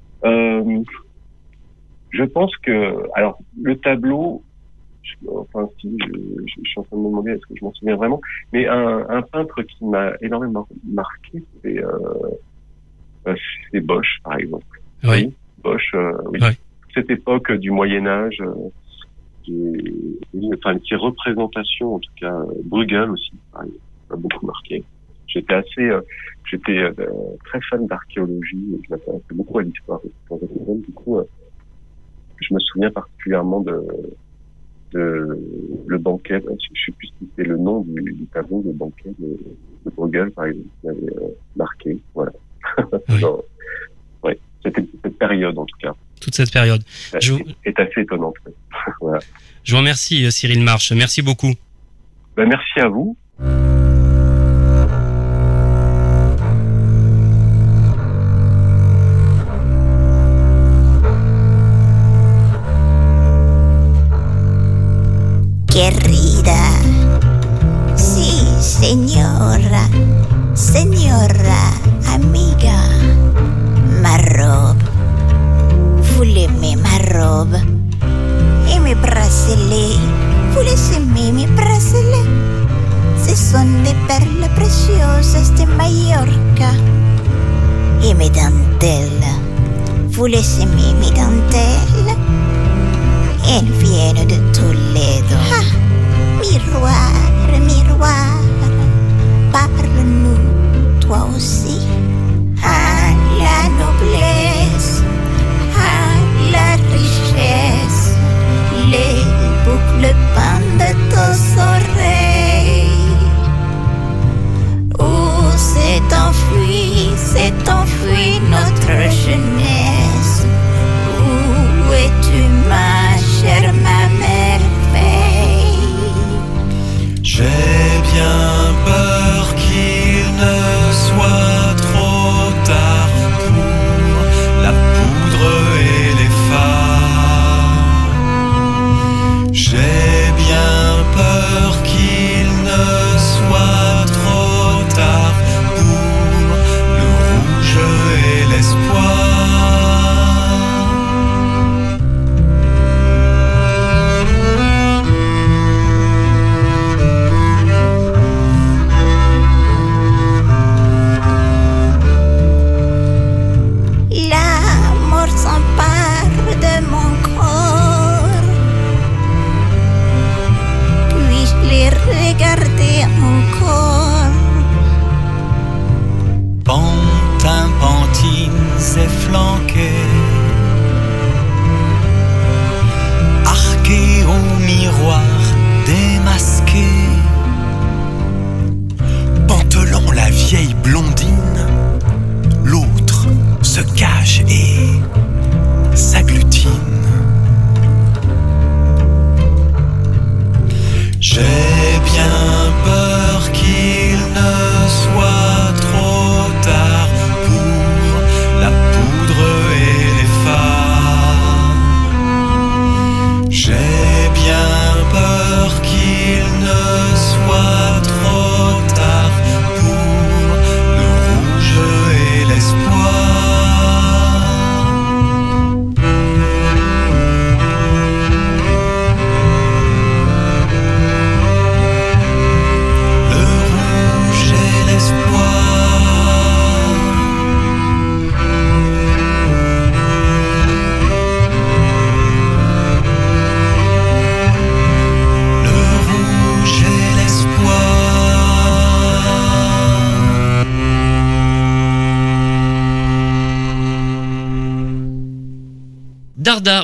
Je pense que, alors, le tableau, je suis en train de me demander est-ce que je m'en souviens vraiment, mais un peintre qui m'a énormément marqué, c'est Bosch, par exemple. Oui. Bosch, oui. Oui. Cette époque du Moyen-Âge, une petite représentation, en tout cas, Bruegel aussi, pareil, m'a beaucoup marqué. J'étais très fan d'archéologie, et je m'intéressais beaucoup à l'histoire. Du coup, je me souviens particulièrement de le banquet, je sais plus si c'était le nom du tableau, le banquet de Bruegel, par exemple, qui m'avait marqué, voilà. Oui. Ouais, c'était cette période, en tout cas. Toute cette période. Est assez étonnante. Voilà. Je vous remercie, Cyril Marche. Merci beaucoup. Merci à vous. Querida, sí, señora, amiga, ma robe. Vous l'aimez, ma robe, et mes bracelets. Vous les aimez, mes bracelets. Ce sont des perles précieuses de Mallorca. Et mes dentelles. Vous les aimez, mes dentelles. Elles viennent de Toledo. Ah, miroir, miroir, parle-nous, toi aussi. Ah, la noblesse, ah, la richesse, les boucles pendent de tes oreilles. Où s'est enfuie notre jeunesse? Où es-tu, ma chère, ma merveille?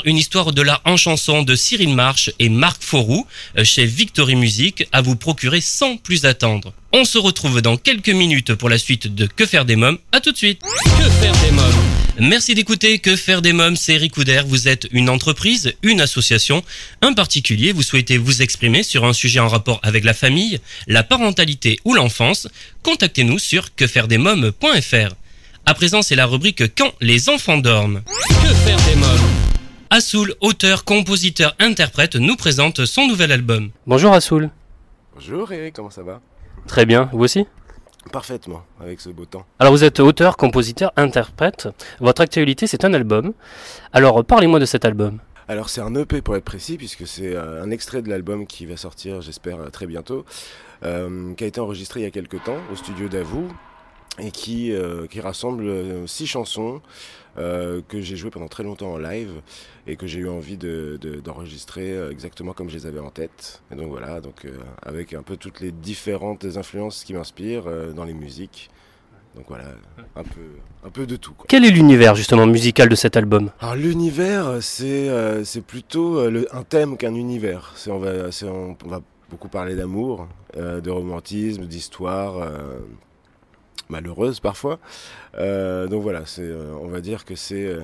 une histoire de l'art en chanson de Cyril March et Marc Fauroux chez Victory Music à vous procurer sans plus attendre. On se retrouve dans quelques minutes pour la suite de Que faire des mômes. À tout de suite. Que faire des mômes. Merci d'écouter Que faire des mômes, c'est Eric Couder. Vous êtes une entreprise, une association, un particulier. Vous souhaitez vous exprimer sur un sujet en rapport avec la famille, la parentalité ou l'enfance. Contactez-nous sur quefairedesmômes.fr. À présent, c'est la rubrique Quand les enfants dorment. Que faire des mômes. Assoul, auteur, compositeur, interprète, nous présente son nouvel album. Bonjour Assoul. Bonjour Eric, comment ça va? Très bien, vous aussi? Parfaitement, avec ce beau temps. Alors vous êtes auteur, compositeur, interprète. Votre actualité, c'est un album. Alors parlez-moi de cet album. Alors c'est un EP pour être précis, puisque c'est un extrait de l'album qui va sortir, j'espère, très bientôt, qui a été enregistré il y a quelques temps au studio d'Avou, et qui rassemble 6 chansons que j'ai jouées pendant très longtemps en live et que j'ai eu envie d'enregistrer exactement comme je les avais en tête. Et donc voilà, avec un peu toutes les différentes influences qui m'inspirent dans les musiques. Donc voilà, un peu de tout, quoi. Quel est l'univers justement musical de cet album? Alors l'univers, c'est plutôt un thème qu'un univers. On va beaucoup parler d'amour, de romantisme, d'histoire malheureuse parfois. Donc voilà, on va dire que c'est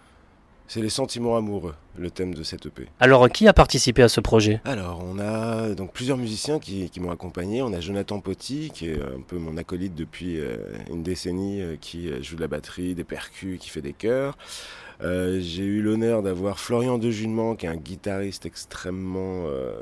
les sentiments amoureux, le thème de cette EP. Alors qui a participé à ce projet? Alors on a donc plusieurs musiciens qui m'ont accompagné. On a Jonathan Potti, qui est un peu mon acolyte depuis une décennie, qui joue de la batterie, des percus, qui fait des chœurs. J'ai eu l'honneur d'avoir Florian Dejunement, qui est un guitariste extrêmement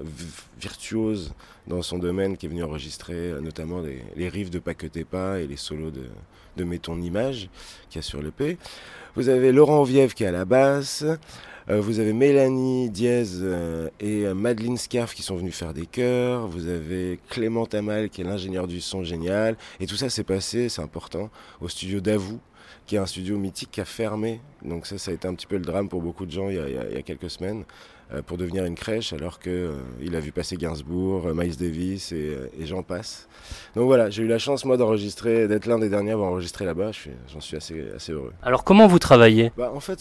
virtuose dans son domaine, qui est venu enregistrer notamment les riffs de Pas que t'es pas et les solos de Mets ton image, qui a sur l'EP. Vous avez Laurent Oviev qui est à la basse, vous avez Mélanie Diez et Madeleine Scarf qui sont venus faire des chœurs, vous avez Clément Tamal qui est l'ingénieur du son génial, et tout ça s'est passé, c'est important, au studio d'Avou, qui est un studio mythique qui a fermé. Donc ça a été un petit peu le drame pour beaucoup de gens il y a quelques semaines, pour devenir une crèche, alors qu'il a vu passer Gainsbourg, Miles Davis et j'en passe. Donc voilà, j'ai eu la chance moi d'être l'un des derniers à avoir enregistré là-bas, j'en suis assez heureux. Alors comment vous travaillez? En fait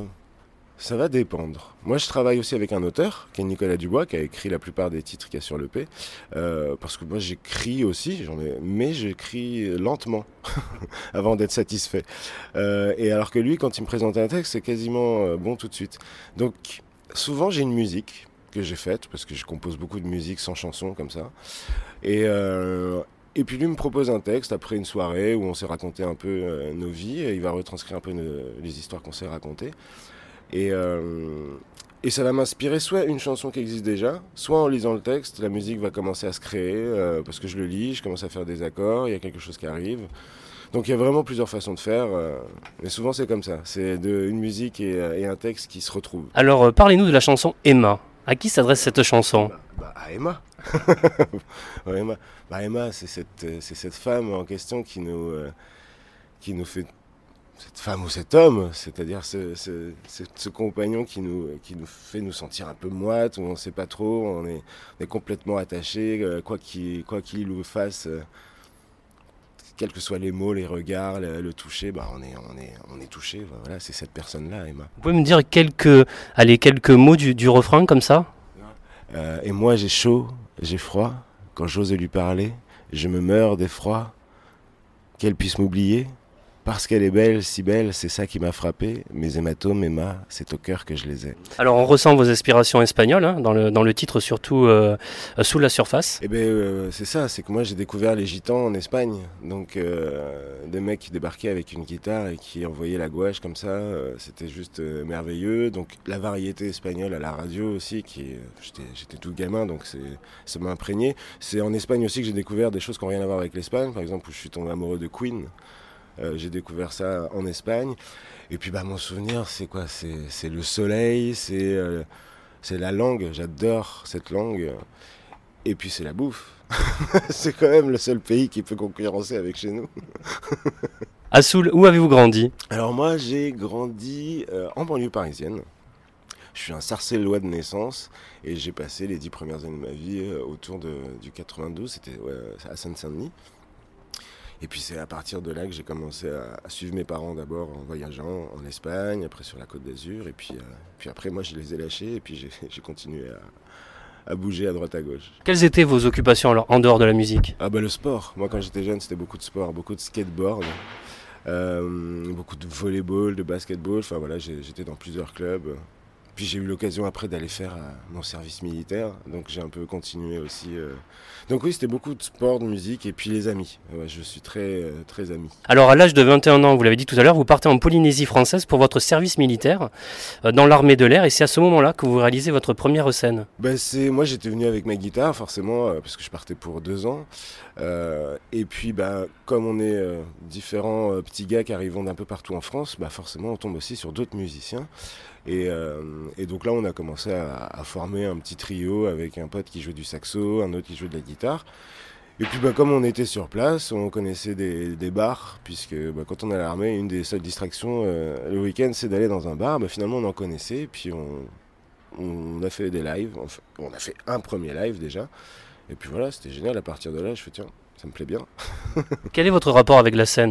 ça va dépendre. Moi je travaille aussi avec un auteur, qui est Nicolas Dubois, qui a écrit la plupart des titres qu'il y a sur l'EP, parce que moi j'écris aussi, mais j'écris lentement, avant d'être satisfait. Et alors que lui, quand il me présente un texte, c'est quasiment bon tout de suite. Donc souvent j'ai une musique que j'ai faite, parce que je compose beaucoup de musique sans chanson, comme ça. Et puis lui me propose un texte après une soirée où on s'est raconté un peu nos vies, et il va retranscrire un peu les histoires qu'on s'est racontées. Et ça va m'inspirer soit une chanson qui existe déjà, soit en lisant le texte, la musique va commencer à se créer, parce que je le lis, je commence à faire des accords, il y a quelque chose qui arrive. Donc il y a vraiment plusieurs façons de faire, mais souvent c'est comme ça, c'est une musique et un texte qui se retrouvent. Alors parlez-nous de la chanson Emma. À qui s'adresse cette chanson? À Emma. Ouais, Emma. Emma, c'est cette femme en question qui nous fait... Cette femme ou cet homme, c'est-à-dire ce compagnon qui nous fait nous sentir un peu moite, où on ne sait pas trop, on est complètement attaché, quoi qu'il nous fasse, quels que soient les mots, les regards, le toucher, on est touché. Voilà, c'est cette personne-là, Emma. Vous pouvez me dire quelques mots du refrain comme ça? Et moi j'ai chaud, j'ai froid, quand j'ose lui parler, je me meurs d'effroi, qu'elle puisse m'oublier. Parce qu'elle est belle, si belle, c'est ça qui m'a frappé. Mes hématomes, Emma, c'est au cœur que je les ai. Alors on ressent vos inspirations espagnoles, hein, dans le titre surtout Sous la surface. Eh bien c'est ça, c'est que moi j'ai découvert les gitans en Espagne. Donc des mecs qui débarquaient avec une guitare et qui envoyaient la gouache comme ça, c'était juste merveilleux. Donc la variété espagnole à la radio aussi, j'étais tout gamin, donc ça m'a imprégné. C'est en Espagne aussi que j'ai découvert des choses qui n'ont rien à voir avec l'Espagne. Par exemple, où je suis tombé amoureux de Queen. J'ai découvert ça en Espagne. Et puis mon souvenir, c'est quoi? C'est le soleil, c'est la langue. J'adore cette langue. Et puis c'est la bouffe. C'est quand même le seul pays qui peut concurrencer avec chez nous. Assoul, où avez-vous grandi? Alors moi, j'ai grandi en banlieue parisienne. Je suis un Sarcellois de naissance et j'ai passé les 10 premières années de ma vie autour du 92, c'était à Seine-Saint-Denis. Et puis c'est à partir de là que j'ai commencé à suivre mes parents d'abord en voyageant en Espagne, après sur la Côte d'Azur, et puis après moi je les ai lâchés et puis j'ai continué à bouger à droite à gauche. Quelles étaient vos occupations alors, en dehors de la musique ? Ah bah le sport, moi quand j'étais jeune c'était beaucoup de sport, beaucoup de skateboard, beaucoup de volleyball, de basketball, enfin voilà j'étais dans plusieurs clubs. Puis j'ai eu l'occasion après d'aller faire mon service militaire, donc j'ai un peu continué aussi. Donc oui, c'était beaucoup de sport, de musique, et puis les amis. Ouais, je suis très ami. Alors à l'âge de 21 ans, vous l'avez dit tout à l'heure, vous partez en Polynésie française pour votre service militaire dans l'armée de l'air, et c'est à ce moment-là que vous réalisez votre première scène. Moi j'étais venu avec ma guitare forcément, parce que je partais pour 2 ans. Et puis comme on est différents petits gars qui arrivent d'un peu partout en France, forcément on tombe aussi sur d'autres musiciens. Et donc là on a commencé à former un petit trio avec un pote qui jouait du saxo, un autre qui jouait de la guitare. Et puis comme on était sur place, on connaissait des bars, puisque quand on est à l'armée, une des seules distractions le week-end c'est d'aller dans un bar. Finalement on en connaissait, et puis on a fait des lives, on a fait un premier live déjà. Et puis voilà, c'était génial. À partir de là je fais tiens, ça me plaît bien. Quel est votre rapport avec la scène ?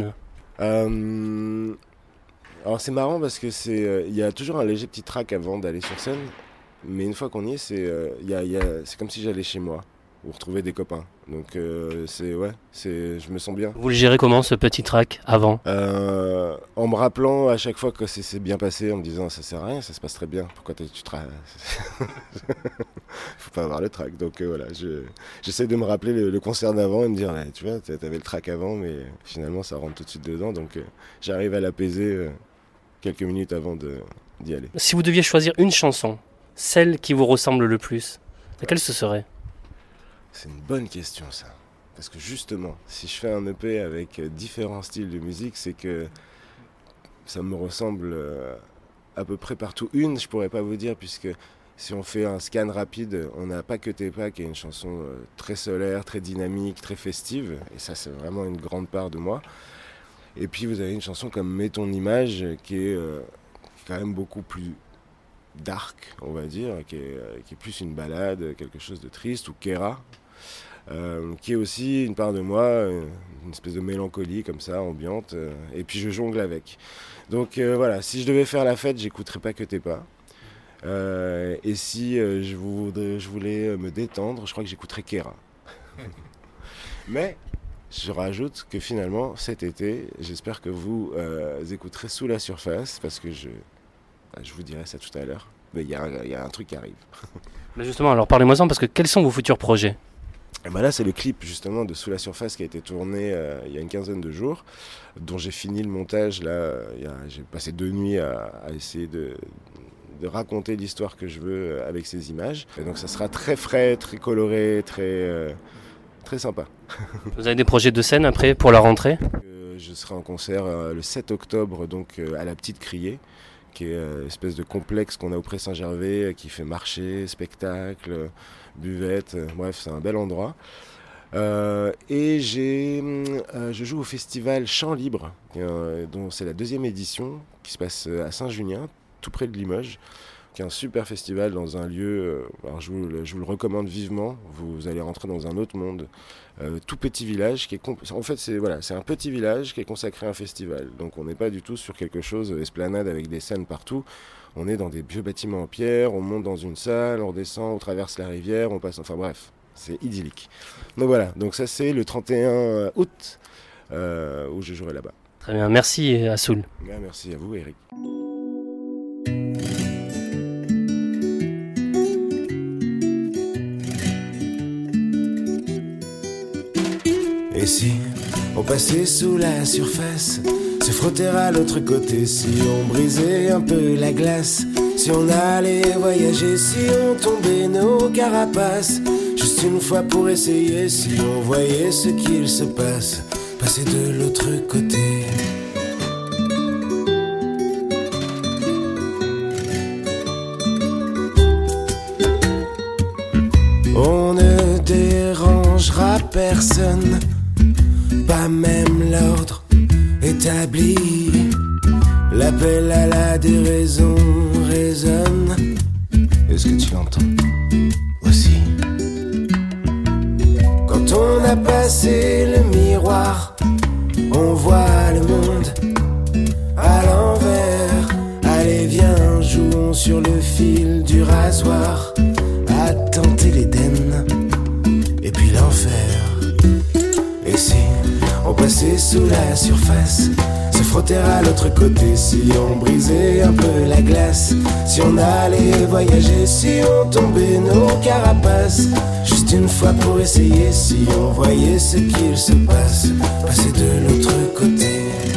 Alors c'est marrant parce que il y a toujours un léger petit trac avant d'aller sur scène, mais une fois qu'on y est, c'est comme si j'allais chez moi ou retrouver des copains. Donc je me sens bien. Vous le gérez comment ce petit trac avant ? En me rappelant à chaque fois que c'est bien passé, en me disant ça sert à rien, ça se passe très bien. Pourquoi tu faut pas avoir le trac. Donc voilà, j'essaie de me rappeler le concert d'avant et me dire tu vois, t'avais le trac avant, mais finalement ça rentre tout de suite dedans. Donc j'arrive à l'apaiser quelques minutes avant d'y aller. Si vous deviez choisir une chanson, celle qui vous ressemble le plus, laquelle ce serait ? C'est une bonne question ça. Parce que justement, si je fais un EP avec différents styles de musique, c'est que ça me ressemble à peu près partout. Une, je pourrais pas vous dire, puisque si on fait un scan rapide, on n'a Pas que t'es pas, qui est une chanson très solaire, très dynamique, très festive. Et ça, c'est vraiment une grande part de moi. Et puis vous avez une chanson comme Mets ton image, qui est quand même beaucoup plus dark, on va dire, qui est plus une ballade, quelque chose de triste, ou Kéra, qui est aussi une part de moi, une espèce de mélancolie comme ça, ambiante, et puis je jongle avec. Donc voilà, si je devais faire la fête, j'écouterais Pas que t'es pas. Et si je voulais me détendre, je crois que j'écouterais Kéra. Mais je rajoute que finalement, cet été, j'espère que vous écouterez Sous la surface, parce que je vous dirai ça tout à l'heure, mais il y a un truc qui arrive. Mais justement, alors parlez-moi-en, parce que quels sont vos futurs projets ? Et là, c'est le clip justement de Sous la surface qui a été tourné il y a une quinzaine de jours, dont j'ai fini le montage. Là, j'ai passé 2 nuits à essayer de raconter l'histoire que je veux avec ces images. Et donc ça sera très frais, très coloré, très sympa. Vous avez des projets de scène après pour la rentrée ? Je serai en concert le 7 octobre donc, à la Petite Criée, qui est une espèce de complexe qu'on a au Pré Saint-Gervais, qui fait marché, spectacle, buvette, bref, c'est un bel endroit. Et je joue au festival Chant Libre, dont c'est la 2e édition, qui se passe à Saint-Junien, tout près de Limoges, qui est un super festival dans un lieu, alors je vous le recommande vivement, vous allez rentrer dans un autre monde, tout petit village, en fait c'est un petit village qui est consacré à un festival, donc on n'est pas du tout sur quelque chose, esplanade avec des scènes partout, on est dans des vieux bâtiments en pierre, on monte dans une salle, on redescend, on traverse la rivière, on passe, enfin bref, c'est idyllique. Donc voilà, donc ça c'est le 31 août où je jouerai là-bas. Très bien, merci Assoul. Merci à vous Eric. Et si on passait sous la surface, se frotter à l'autre côté, si on brisait un peu la glace, si on allait voyager, si on tombait nos carapaces, juste une fois pour essayer, si on voyait ce qu'il se passe, passer de l'autre côté. On ne dérangera personne, pas même l'ordre établi. L'appel à la déraison résonne. Est-ce que tu l'entends aussi? Quand on a passé le miroir on voit le monde à l'envers. Allez viens, jouons sur le fil du rasoir, à tenter l'Éden et puis l'enfer. Et si on passait sous la surface, se frotter à l'autre côté, si on brisait un peu la glace, si on allait voyager, si on tombait nos carapaces, juste une fois pour essayer, si on voyait ce qu'il se passe, passer de l'autre côté.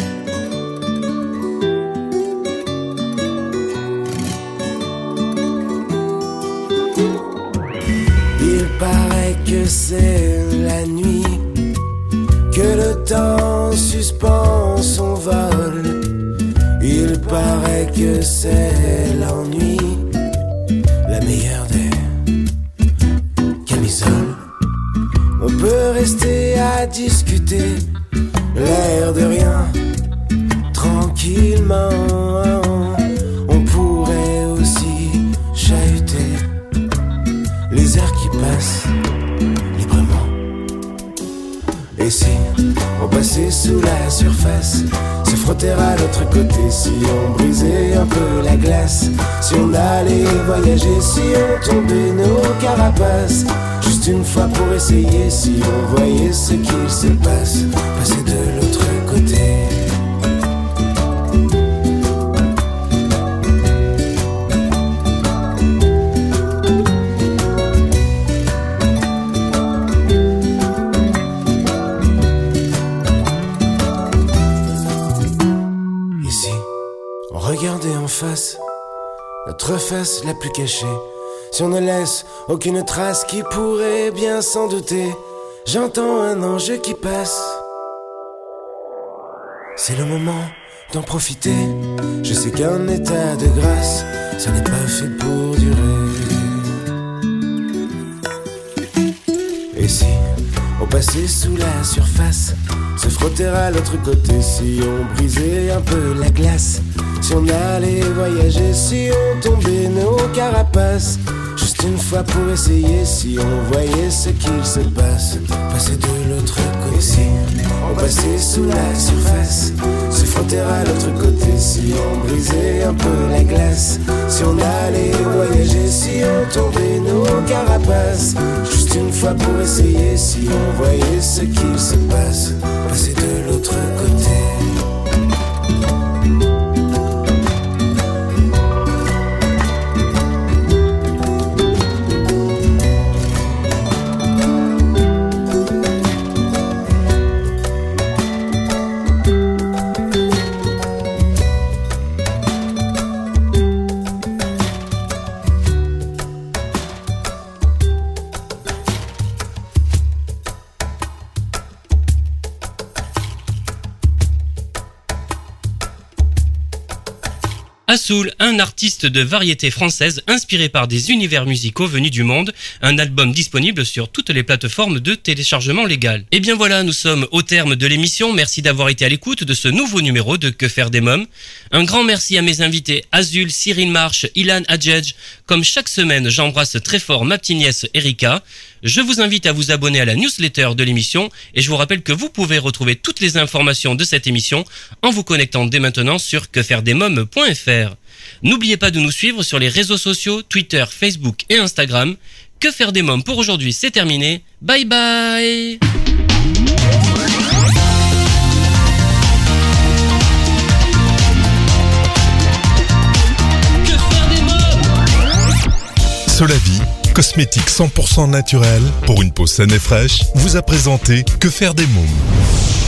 Il paraît que c'est la nuit, que le temps suspend son vol. Il paraît que c'est l'ennui, la meilleure des camisoles. On peut rester à discuter, l'air de rien, tranquillement. On pourrait aussi chahuter les heures qui passent librement. Et si on passait sous la surface, se frotter à l'autre côté, si on brisait un peu la glace, si on allait voyager, si on tombait nos carapaces, juste une fois pour essayer, si on voyait ce qu'il se passe, passer de l'autre côté. Regardez en face, notre face la plus cachée. Si on ne laisse aucune trace qui pourrait bien s'en douter, j'entends un ange qui passe. C'est le moment d'en profiter. Je sais qu'un état de grâce, ça n'est pas fait pour durer. Et si on passait sous la surface, se frotter à l'autre côté, si on brisait un peu la glace, si on allait voyager, si on tombait nos carapaces, juste une fois pour essayer, si on voyait ce qu'il se passe, passer de l'autre côté. Si on passait sous la surface, se frotter à l'autre côté, si on brisait un peu la glace, si on allait voyager, si on tombait nos carapaces, juste une fois pour essayer, si on voyait ce qu'il se passe, passer de l'autre côté. Assoul, un artiste de variété française inspiré par des univers musicaux venus du monde, un album disponible sur toutes les plateformes de téléchargement légal. Et bien voilà, nous sommes au terme de l'émission, merci d'avoir été à l'écoute de ce nouveau numéro de Que faire des mômes. Un grand merci à mes invités Azul, Cyril Marche, Ilan Hadjedj. Comme chaque semaine, j'embrasse très fort ma petite nièce Erika. Je vous invite à vous abonner à la newsletter de l'émission et je vous rappelle que vous pouvez retrouver toutes les informations de cette émission en vous connectant dès maintenant sur quefairedesmômes.fr. N'oubliez pas de nous suivre sur les réseaux sociaux, Twitter, Facebook et Instagram. Que faire des mômes pour aujourd'hui, c'est terminé. Bye bye. Solavi, cosmétique 100% naturel pour une peau saine et fraîche, vous a présenté Que faire des mômes.